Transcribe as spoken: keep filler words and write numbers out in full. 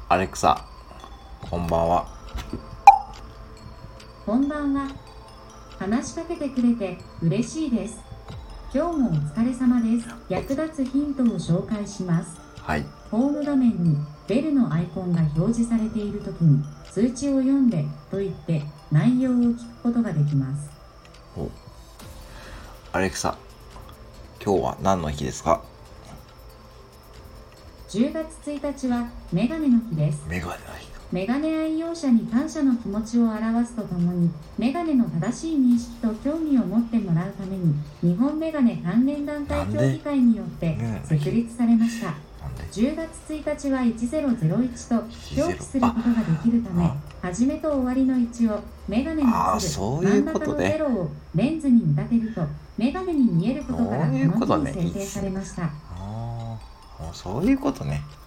アレクサ、こんばんは。 こんばんは。話しかけてくれて嬉しいです。今日もお疲れ様です。役立つヒントを紹介します。 はい。 ホーム画面にベルのアイコンが表示されているときに通知を読んでと言って内容を聞くことができます。 おアレクサ、今日は何の日ですか？ じゅうがつついたちはメガネの日です。 メガネの日。 メガネ愛用者に感謝の気持ちを表すとともに、メガネの正しい認識と興味を持ってもらうために、日本メガネ関連団体協議会によって設立されました。じゅうがつついたちはいちぜろぜろいちと表記することができるため、始めと終わりのいちをメガネにする、真ん中のゼロをレンズに見立てると、メガネに見えることからこの日に制定されました。 ああ、そういうことね。